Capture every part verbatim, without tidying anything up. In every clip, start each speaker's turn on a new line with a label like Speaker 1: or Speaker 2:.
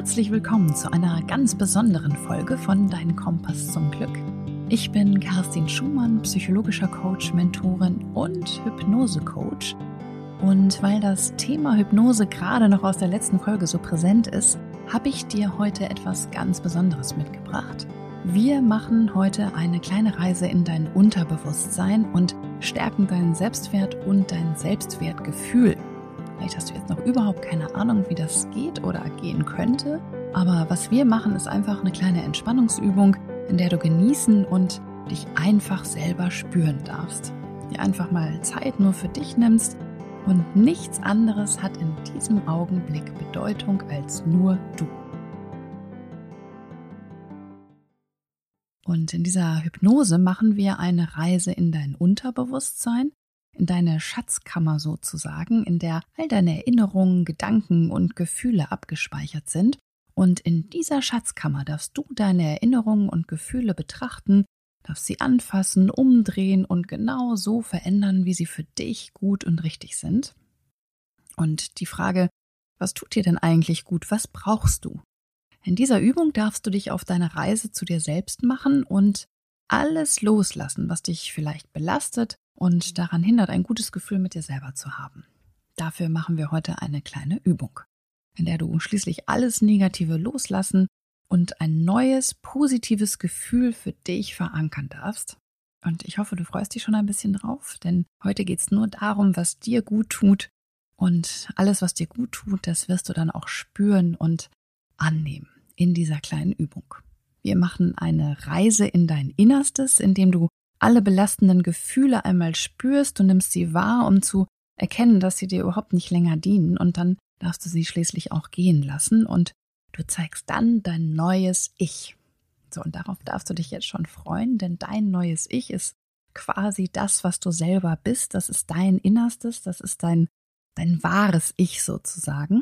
Speaker 1: herzlich willkommen zu einer ganz besonderen Folge von Dein Kompass zum Glück. Ich bin Kerstin Schumann, psychologischer Coach, Mentorin und Hypnose-Coach. Und weil das Thema Hypnose gerade noch aus der letzten Folge so präsent ist, habe ich dir heute etwas ganz Besonderes mitgebracht. Wir machen heute eine kleine Reise in dein Unterbewusstsein und stärken deinen Selbstwert und dein Selbstwertgefühl. Vielleicht hast du jetzt noch überhaupt keine Ahnung, wie das geht oder gehen könnte, aber was wir machen, ist einfach eine kleine Entspannungsübung, in der du genießen und dich einfach selber spüren darfst. Dir einfach mal Zeit nur für dich nimmst und nichts anderes hat in diesem Augenblick Bedeutung als nur du. Und in dieser Hypnose machen wir eine Reise in dein Unterbewusstsein, in deine Schatzkammer sozusagen, in der all deine Erinnerungen, Gedanken und Gefühle abgespeichert sind. Und in dieser Schatzkammer darfst du deine Erinnerungen und Gefühle betrachten, darfst sie anfassen, umdrehen und genau so verändern, wie sie für dich gut und richtig sind. Und die Frage, was tut dir denn eigentlich gut? Was brauchst du? In dieser Übung darfst du dich auf deine Reise zu dir selbst machen und alles loslassen, was dich vielleicht belastet und daran hindert, ein gutes Gefühl mit dir selber zu haben. Dafür machen wir heute eine kleine Übung, in der du schließlich alles Negative loslassen und ein neues, positives Gefühl für dich verankern darfst. Und ich hoffe, du freust dich schon ein bisschen drauf, denn heute geht es nur darum, was dir gut tut. Und alles, was dir gut tut, das wirst du dann auch spüren und annehmen in dieser kleinen Übung. Wir machen eine Reise in dein Innerstes, indem du alle belastenden Gefühle einmal spürst, du nimmst sie wahr, um zu erkennen, dass sie dir überhaupt nicht länger dienen, und dann darfst du sie schließlich auch gehen lassen und du zeigst dann dein neues Ich. So, und darauf darfst du dich jetzt schon freuen, denn dein neues Ich ist quasi das, was du selber bist, das ist dein Innerstes, das ist dein, dein wahres Ich sozusagen.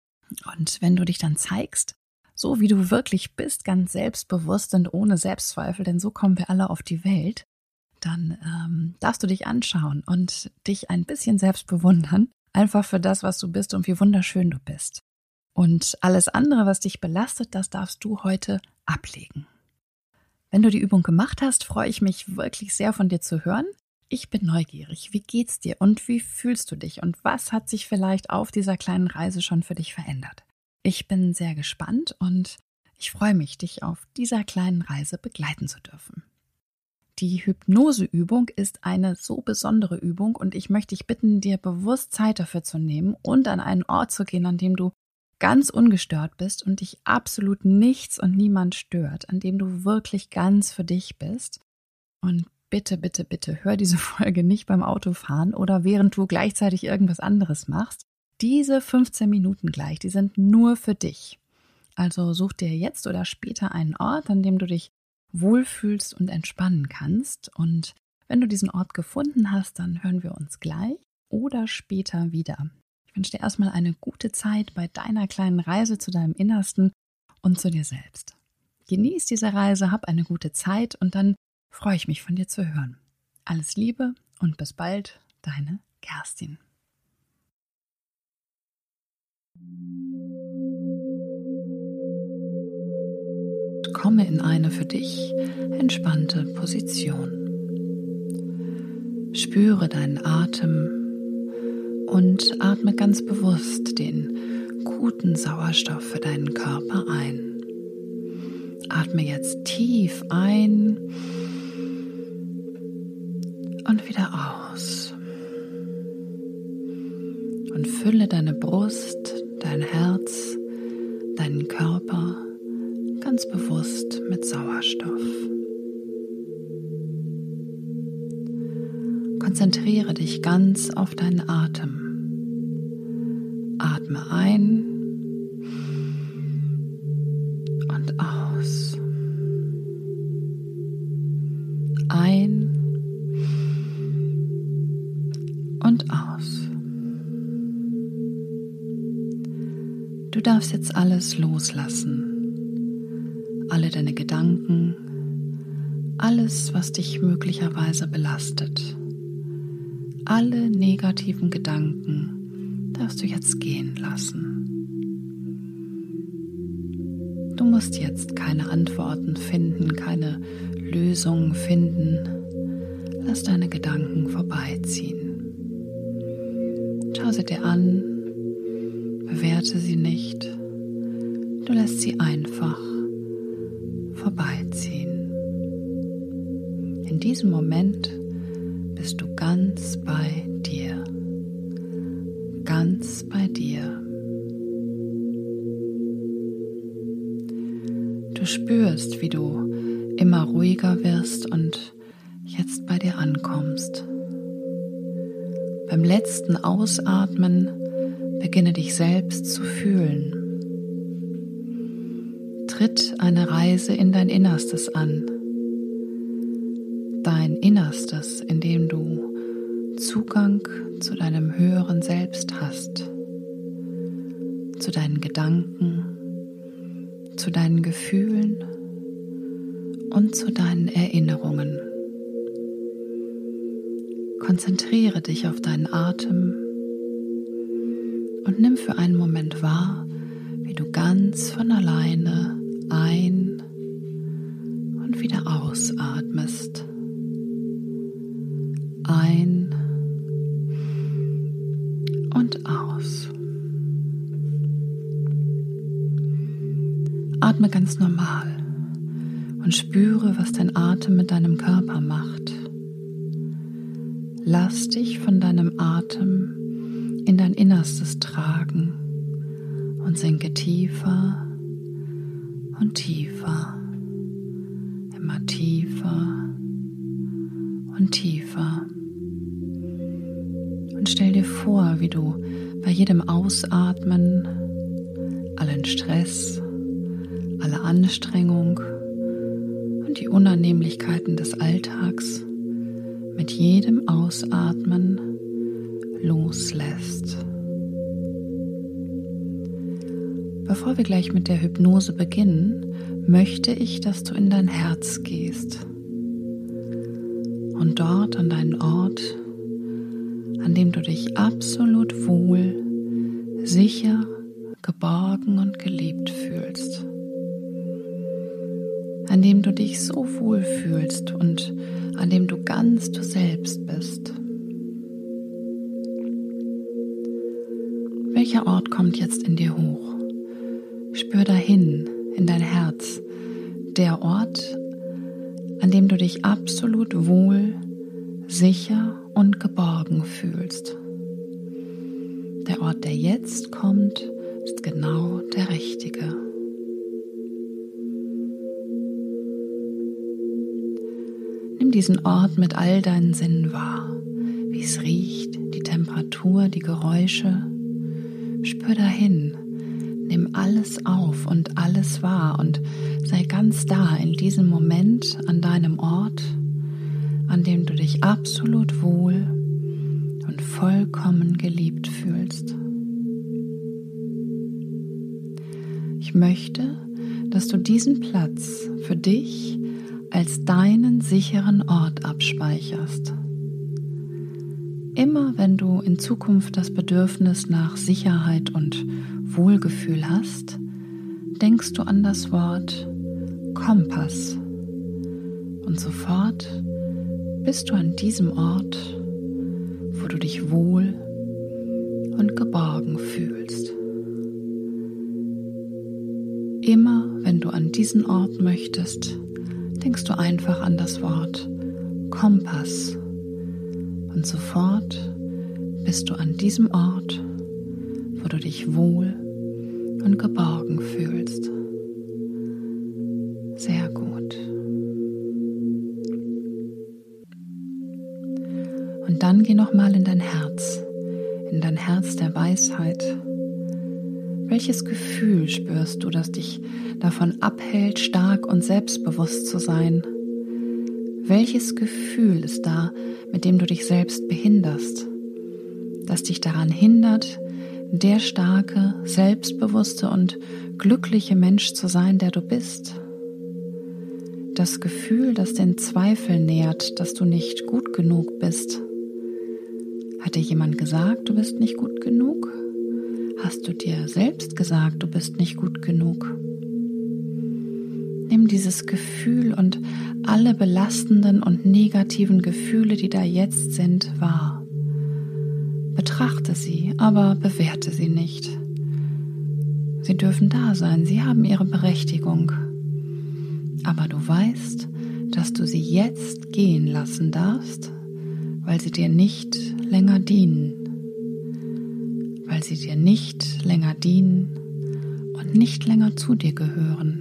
Speaker 1: Und wenn du dich dann zeigst, so wie du wirklich bist, ganz selbstbewusst und ohne Selbstzweifel, denn so kommen wir alle auf die Welt, dann ähm, darfst du dich anschauen und dich ein bisschen selbst bewundern, einfach für das, was du bist und wie wunderschön du bist. Und alles andere, was dich belastet, das darfst du heute ablegen. Wenn du die Übung gemacht hast, freue ich mich wirklich sehr, von dir zu hören. Ich bin neugierig. Wie geht's dir und wie fühlst du dich und was hat sich vielleicht auf dieser kleinen Reise schon für dich verändert? Ich bin sehr gespannt und ich freue mich, dich auf dieser kleinen Reise begleiten zu dürfen. Die Hypnoseübung ist eine so besondere Übung und ich möchte dich bitten, dir bewusst Zeit dafür zu nehmen und an einen Ort zu gehen, an dem du ganz ungestört bist und dich absolut nichts und niemand stört, an dem du wirklich ganz für dich bist. Und bitte, bitte, bitte hör diese Folge nicht beim Autofahren oder während du gleichzeitig irgendwas anderes machst. Diese fünfzehn Minuten gleich, die sind nur für dich. Also such dir jetzt oder später einen Ort, an dem du dich wohlfühlst und entspannen kannst. Und wenn du diesen Ort gefunden hast, dann hören wir uns gleich oder später wieder. Ich wünsche dir erstmal eine gute Zeit bei deiner kleinen Reise zu deinem Innersten und zu dir selbst. Genieß diese Reise, hab eine gute Zeit und dann freue ich mich, von dir zu hören. Alles Liebe und bis bald, deine Kerstin. Komme in eine für dich entspannte Position. Spüre deinen Atem und atme ganz bewusst den guten Sauerstoff für deinen Körper ein. Atme jetzt tief ein und wieder aus. Und fülle deine Brust, dein Herz, deinen Körper ganz bewusst mit Sauerstoff. Konzentriere dich ganz auf deinen Atem. Atme ein und aus. Ein und aus. Du darfst jetzt alles loslassen. Alle deine Gedanken, alles, was dich möglicherweise belastet. Alle negativen Gedanken darfst du jetzt gehen lassen. Du musst jetzt keine Antworten finden, keine Lösungen finden. Lass deine Gedanken vorbeiziehen. Schau sie dir an, bewerte sie nicht. Du lässt sie einfach vorbeiziehen. In diesem Moment bist du ganz bei dir. Ganz bei dir. Du spürst, wie du immer ruhiger wirst und jetzt bei dir ankommst. Beim letzten Ausatmen beginne dich selbst zu fühlen. Tritt eine Reise in dein Innerstes an. Dein Innerstes, in dem du Zugang zu deinem höheren Selbst hast, zu deinen Gedanken, zu deinen Gefühlen und zu deinen Erinnerungen. Konzentriere dich auf deinen Atem und nimm für einen Moment wahr, wie du ganz von alleine ein- und wieder ausatmest. Ein und aus. Atme ganz normal und spüre, was dein Atem mit deinem Körper macht. Lass dich von deinem Atem in dein Innerstes tragen und sinke tiefer und tiefer, immer tiefer und tiefer. Und stell dir vor, wie du bei jedem Ausatmen allen Stress, alle Anstrengung und die Unannehmlichkeiten des Alltags mit jedem Ausatmen loslässt. Bevor wir gleich mit der Hypnose beginnen, möchte ich, dass du in dein Herz gehst und dort an deinen Ort, an dem du dich absolut wohl, sicher, geborgen und geliebt fühlst, an dem du dich so wohl fühlst und an dem du ganz du selbst bist. Welcher Ort kommt jetzt in dir hoch? Spür dahin, in dein Herz, der Ort, an dem du dich absolut wohl, sicher und geborgen fühlst. Der Ort, der jetzt kommt, ist genau der richtige. Nimm diesen Ort mit all deinen Sinnen wahr, wie es riecht, die Temperatur, die Geräusche. Spür dahin, nimm alles auf und alles wahr und sei ganz da in diesem Moment an deinem Ort, an dem du dich absolut wohl und vollkommen geliebt fühlst. Ich möchte, dass du diesen Platz für dich als deinen sicheren Ort abspeicherst. Immer wenn du in Zukunft das Bedürfnis nach Sicherheit und Wohlgefühl hast, denkst du an das Wort Kompass und sofort bist du an diesem Ort, wo du dich wohl und geborgen fühlst. Immer wenn du an diesen Ort möchtest, denkst du einfach an das Wort Kompass und sofort bist du an diesem Ort, wo du dich wohl und geborgen fühlst. Sehr gut. Und dann geh nochmal in dein Herz, in dein Herz der Weisheit. Welches Gefühl spürst du, das dich davon abhält, stark und selbstbewusst zu sein? Welches Gefühl ist da, mit dem du dich selbst behinderst, das dich daran hindert, der starke, selbstbewusste und glückliche Mensch zu sein, der du bist? Das Gefühl, das den Zweifel nährt, dass du nicht gut genug bist. Hat dir jemand gesagt, du bist nicht gut genug? Hast du dir selbst gesagt, du bist nicht gut genug? Nimm dieses Gefühl und alle belastenden und negativen Gefühle, die da jetzt sind, wahr. Betrachte sie, aber bewerte sie nicht. Sie dürfen da sein, sie haben ihre Berechtigung. Aber du weißt, dass du sie jetzt gehen lassen darfst, weil sie dir nicht länger dienen. Weil sie dir nicht länger dienen und nicht länger zu dir gehören.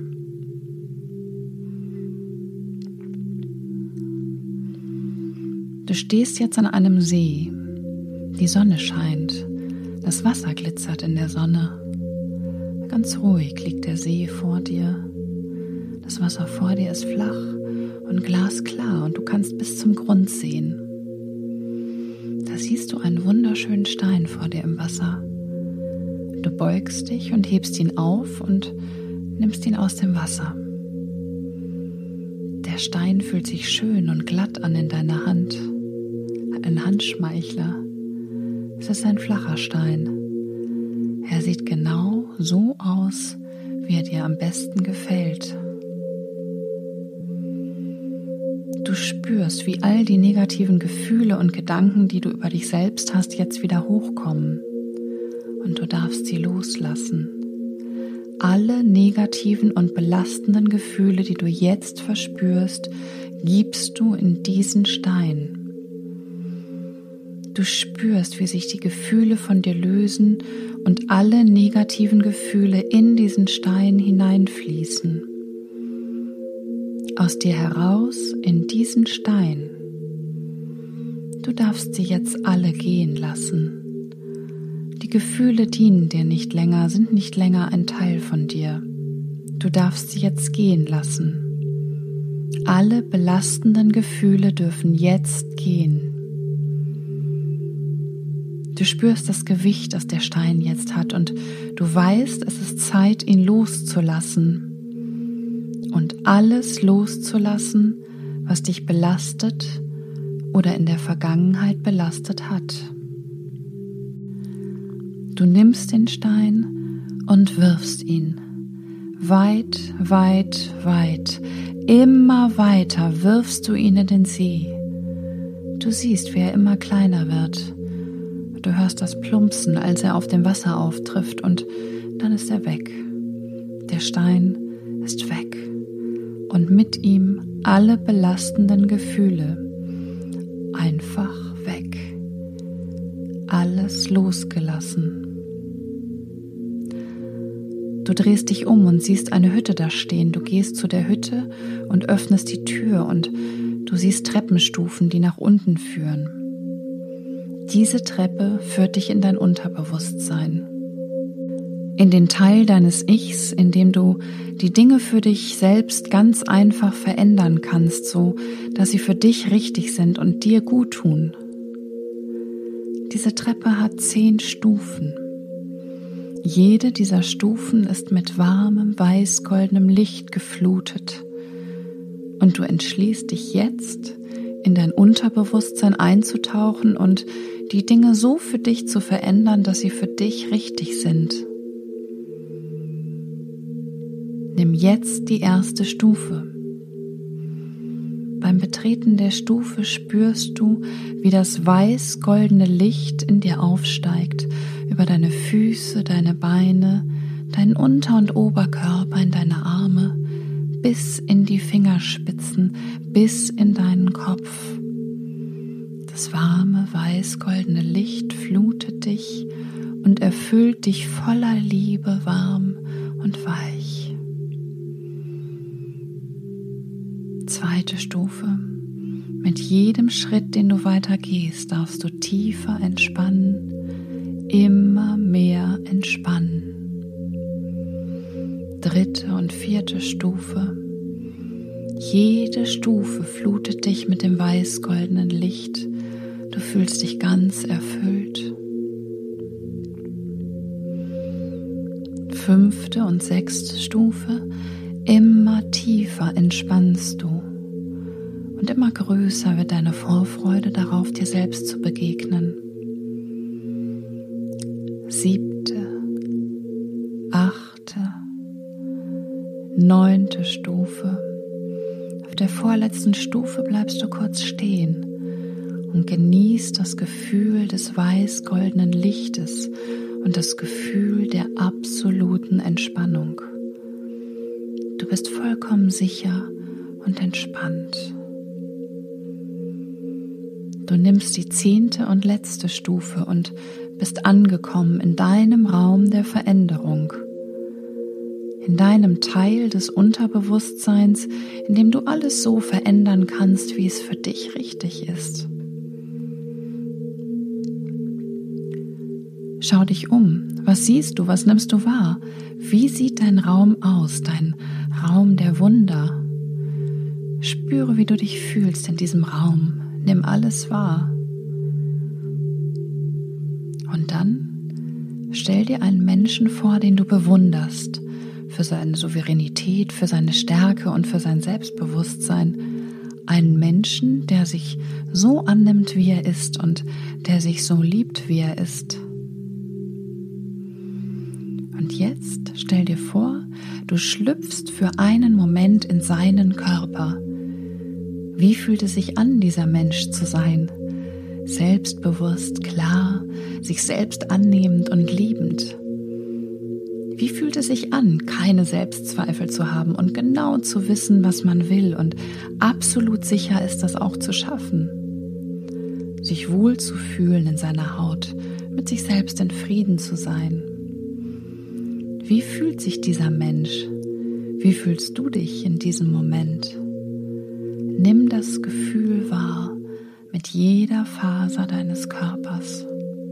Speaker 1: Du stehst jetzt an einem See. Die Sonne scheint. Das Wasser glitzert in der Sonne. Ganz ruhig liegt der See vor dir. Das Wasser vor dir ist flach und glasklar und du kannst bis zum Grund sehen. Da siehst du einen wunderschönen Stein vor dir im Wasser. Du beugst dich und hebst ihn auf und nimmst ihn aus dem Wasser. Der Stein fühlt sich schön und glatt an in deiner Hand. Ein Handschmeichler. Es ist ein flacher Stein. Er sieht genau so aus, wie er dir am besten gefällt. Du spürst, wie all die negativen Gefühle und Gedanken, die du über dich selbst hast, jetzt wieder hochkommen. Und du darfst sie loslassen. Alle negativen und belastenden Gefühle, die du jetzt verspürst, gibst du in diesen Stein. Du spürst, wie sich die Gefühle von dir lösen und alle negativen Gefühle in diesen Stein hineinfließen. Aus dir heraus in diesen Stein. Du darfst sie jetzt alle gehen lassen. Die Gefühle dienen dir nicht länger, sind nicht länger ein Teil von dir. Du darfst sie jetzt gehen lassen. Alle belastenden Gefühle dürfen jetzt gehen. Du spürst das Gewicht, das der Stein jetzt hat und du weißt, es ist Zeit, ihn loszulassen und alles loszulassen, was dich belastet oder in der Vergangenheit belastet hat. Du nimmst den Stein und wirfst ihn weit, weit, weit, immer weiter wirfst du ihn in den See. Du siehst, wie er immer kleiner wird. Du hörst das Plumpsen, als er auf dem Wasser auftrifft und dann ist er weg. Der Stein ist weg und mit ihm alle belastenden Gefühle. Einfach weg. Alles losgelassen. Du drehst dich um und siehst eine Hütte da stehen. Du gehst zu der Hütte und öffnest die Tür und du siehst Treppenstufen, die nach unten führen. Diese Treppe führt dich in dein Unterbewusstsein, in den Teil deines Ichs, in dem du die Dinge für dich selbst ganz einfach verändern kannst, so dass sie für dich richtig sind und dir gut tun. Diese Treppe hat zehn Stufen. Jede dieser Stufen ist mit warmem, weiß-goldenem Licht geflutet. Und du entschließt dich jetzt, in dein Unterbewusstsein einzutauchen und die Dinge so für dich zu verändern, dass sie für dich richtig sind. Nimm jetzt die erste Stufe. Beim Betreten der Stufe spürst du, wie das weiß-goldene Licht in dir aufsteigt, über deine Füße, deine Beine, deinen Unter- und Oberkörper, in deine Arme, bis in die Fingerspitzen, bis in deinen Kopf. Das warme, weiß-goldene Licht flutet dich und erfüllt dich voller Liebe, warm und weich. Zweite Stufe. Mit jedem Schritt, den du weiter gehst, darfst du tiefer entspannen, immer mehr entspannen. Dritte und vierte Stufe. Jede Stufe flutet dich mit dem weiß-goldenen Licht. Du fühlst dich ganz erfüllt. Fünfte und sechste Stufe. Immer tiefer entspannst du. Und immer größer wird deine Vorfreude darauf, dir selbst zu begegnen. Siebte, achte, Neunte Stufe. Auf der vorletzten Stufe bleibst du kurz stehen und genießt das Gefühl des weiß-goldenen Lichtes und das Gefühl der absoluten Entspannung. Du bist vollkommen sicher und entspannt. Du nimmst die zehnte und letzte Stufe und bist angekommen in deinem Raum der Veränderung, in deinem Teil des Unterbewusstseins, in dem du alles so verändern kannst, wie es für dich richtig ist. Schau dich um. Was siehst du? Was nimmst du wahr? Wie sieht dein Raum aus, dein Raum der Wunder? Spüre, wie du dich fühlst in diesem Raum. Nimm alles wahr. Und dann stell dir einen Menschen vor, den du bewunderst, für seine Souveränität, für seine Stärke und für sein Selbstbewusstsein. Einen Menschen, der sich so annimmt, wie er ist und der sich so liebt, wie er ist. Und jetzt stell dir vor, du schlüpfst für einen Moment in seinen Körper. Wie fühlt es sich an, dieser Mensch zu sein? Selbstbewusst, klar, sich selbst annehmend und liebend. Wie fühlt es sich an, keine Selbstzweifel zu haben und genau zu wissen, was man will und absolut sicher ist, das auch zu schaffen? Sich wohl zu fühlen in seiner Haut, mit sich selbst in Frieden zu sein. Wie fühlt sich dieser Mensch? Wie fühlst du dich in diesem Moment? Nimm das Gefühl wahr mit jeder Faser deines Körpers.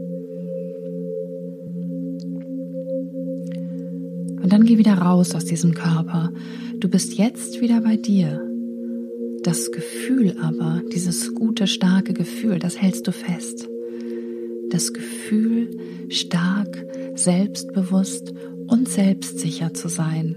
Speaker 1: Und dann geh wieder raus aus diesem Körper. Du bist jetzt wieder bei dir. Das Gefühl aber, dieses gute, starke Gefühl, das hältst du fest. Das Gefühl, stark, selbstbewusst und selbstsicher zu sein.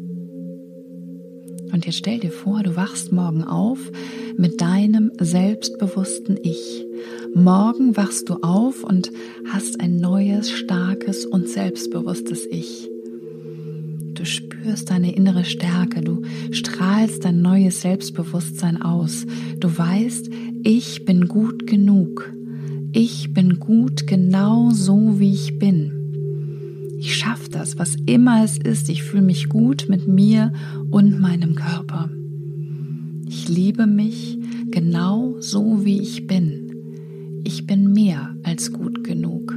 Speaker 1: Und jetzt stell dir vor, du wachst morgen auf mit deinem selbstbewussten Ich. Morgen wachst du auf und hast ein neues, starkes und selbstbewusstes Ich. Du spürst deine innere Stärke, du strahlst dein neues Selbstbewusstsein aus. Du weißt, ich bin gut genug. Ich bin gut genau so, wie ich bin. Ich schaffe das, was immer es ist. Ich fühle mich gut mit mir und meinem Körper. Ich liebe mich genau so, wie ich bin. Ich bin mehr als gut genug.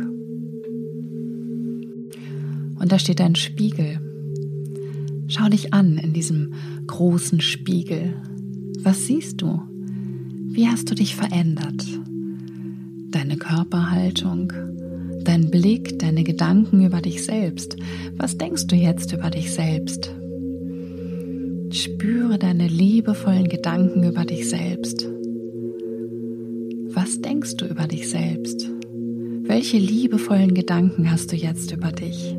Speaker 1: Und da steht ein Spiegel. Schau dich an in diesem großen Spiegel. Was siehst du? Wie hast du dich verändert? Deine Körperhaltung, dein Blick, deine Gedanken über dich selbst. Was denkst du jetzt über dich selbst? Spüre deine liebevollen Gedanken über dich selbst. Was denkst du über dich selbst? Welche liebevollen Gedanken hast du jetzt über dich?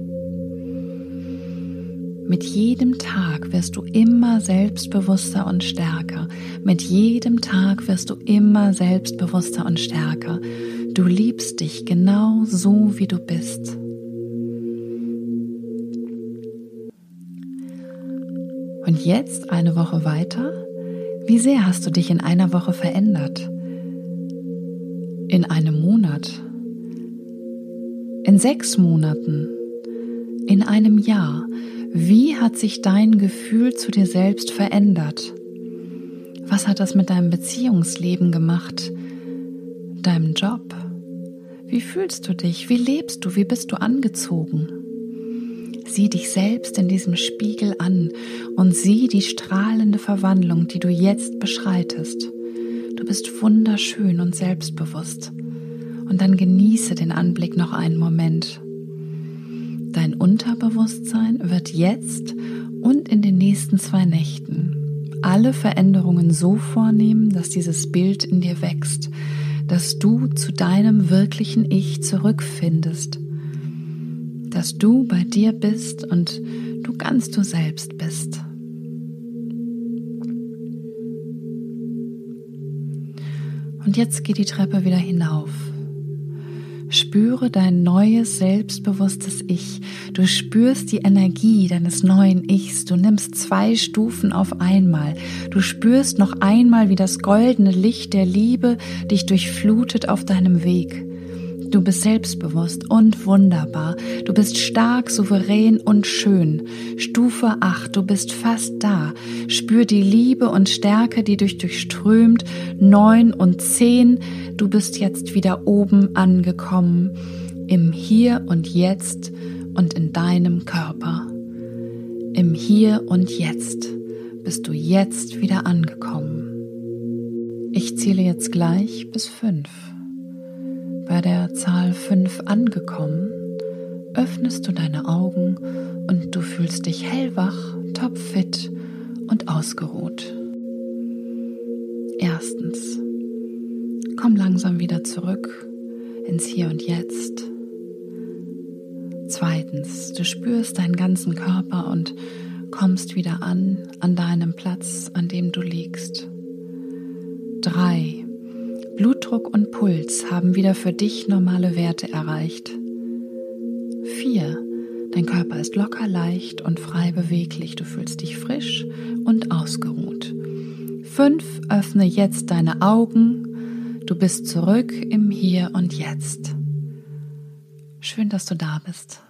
Speaker 1: Mit jedem Tag wirst du immer selbstbewusster und stärker. Mit jedem Tag wirst du immer selbstbewusster und stärker. Du liebst dich genau so, wie du bist. Und jetzt eine Woche weiter. Wie sehr hast du dich in einer Woche verändert? In einem Monat? In sechs Monaten? In einem Jahr? Wie hat sich dein Gefühl zu dir selbst verändert? Was hat das mit deinem Beziehungsleben gemacht? Deinem Job? Wie fühlst du dich? Wie lebst du? Wie bist du angezogen? Sieh dich selbst in diesem Spiegel an und sieh die strahlende Verwandlung, die du jetzt beschreitest. Du bist wunderschön und selbstbewusst. Und dann genieße den Anblick noch einen Moment. Dein Unterbewusstsein wird jetzt und in den nächsten zwei Nächten alle Veränderungen so vornehmen, dass dieses Bild in dir wächst, dass du zu deinem wirklichen Ich zurückfindest, dass du bei dir bist und du ganz du selbst bist. Und jetzt geh die Treppe wieder hinauf. Spür spüre dein neues, selbstbewusstes Ich. Du spürst die Energie deines neuen Ichs. Du nimmst zwei Stufen auf einmal. Du spürst noch einmal, wie das goldene Licht der Liebe dich durchflutet auf deinem Weg. Du bist selbstbewusst und wunderbar. Du bist stark, souverän und schön. Stufe acht, du bist fast da. Spür die Liebe und Stärke, die dich durchströmt. neun und zehn, du bist jetzt wieder oben angekommen. Im Hier und Jetzt und in deinem Körper. Im Hier und Jetzt bist du jetzt wieder angekommen. Ich zähle jetzt gleich bis fünf. Bei der Zahl fünf angekommen, öffnest du deine Augen und du fühlst dich hellwach, topfit und ausgeruht. Erstens, komm langsam wieder zurück ins Hier und Jetzt. Zweitens, du spürst deinen ganzen Körper und kommst wieder an, an deinem Platz, an dem du liegst. Drei, Blutdruck und Puls haben wieder für dich normale Werte erreicht. Vier. Dein Körper ist locker, leicht und frei beweglich. Du fühlst dich frisch und ausgeruht. Fünf. Öffne jetzt deine Augen. Du bist zurück im Hier und Jetzt. Schön, dass du da bist.